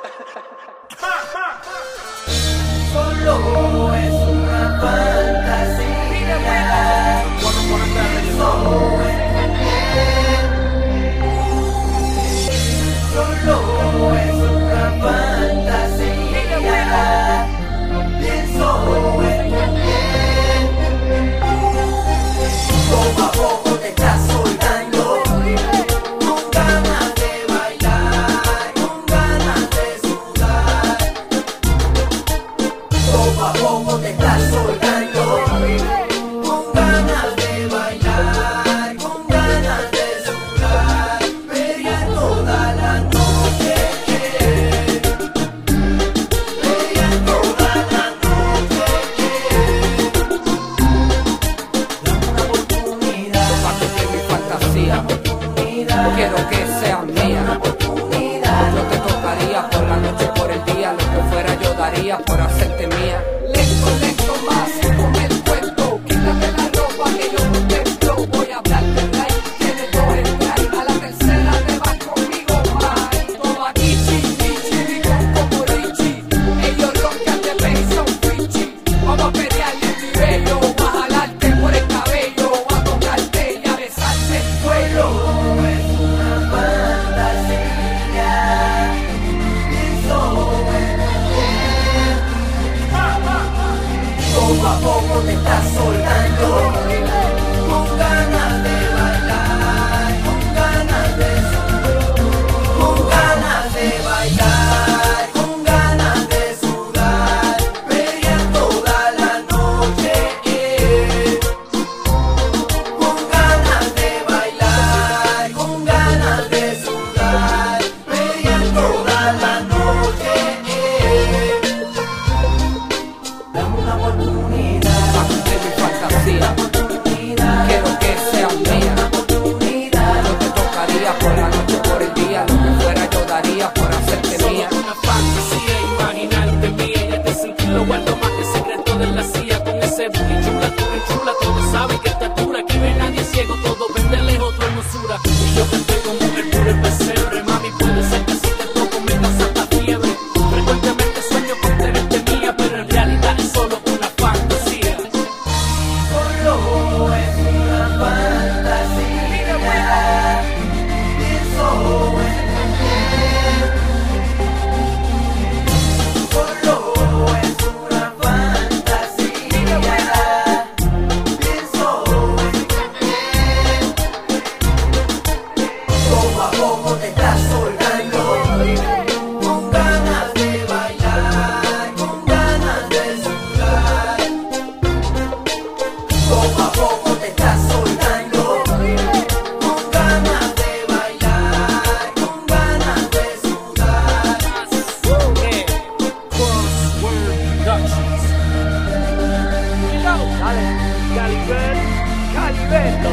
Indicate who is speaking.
Speaker 1: Solo es una fantasía. Solo es una fantasía. Pienso en mujer. Poco a poco te estás soltando, con ganas de bailar, con ganas de sudar. Poco a poco te estás soltando, con ganas de bailar, con ganas de sudar. Pelear toda la noche, pelear toda la noche. Dame una oportunidad,
Speaker 2: Parte de mi fantasía, quiero que sea mía. Yo te tocaría por la noche, por el día, lo que fuera yo daría por hacerte mía. Lento, lento, más, come el cuento, quítate la ropa que yo contemplo. Voy a hablarte right, tienes todo el right. A la tercera te vas conmigo, más. Toma Ichi, Ichi, limón como Richie. Ellos roncan de bass, son freaky. Vamos a pelearle en mi bello, a jalarte por el cabello, a tocarte y a besarte el cuello.
Speaker 1: es una fantasía. Pienso en mujer. Poco a poco te estás soltando, con ganas de bailar, con ganas de sudar, con ganas de bailar, con ganas de sudar, pelear toda la noche, con ganas de bailar, con ganas de sudar, pelear toda la noche. Dame una oportunidad,
Speaker 2: Parte de mi fantasía, quiero que sea mía. Yo te tocaría por la noche, por el día, lo que fuera yo daría por hacerte mía.
Speaker 3: Una fantasía, imaginarte mía. Ya te sentí lo guardo más que secreto de la CIA. Con ese booty chula, tú eres chula. Todos saben que esta dura. Aquí ve nadie ciego, todo ven de lejos tu hermosura. Y yo que estoy como el puro el pesebre. Mami, puede ser que si te toco me das hasta fiebre. Frecuentemente sueño con tenerte mía, pero en realidad es solo una fantasía.
Speaker 1: solo es una fantasía. Pienso en mujer. Solo es una fantasía. Pienso en mujer. Poco a poco te estás soltando, con ganas de bailar, con ganas de sudar. Poco a poco te estás soltando, con ganas de bailar, con ganas de sudar.
Speaker 3: Crossword Productions. Dale, Calibel, Calibel.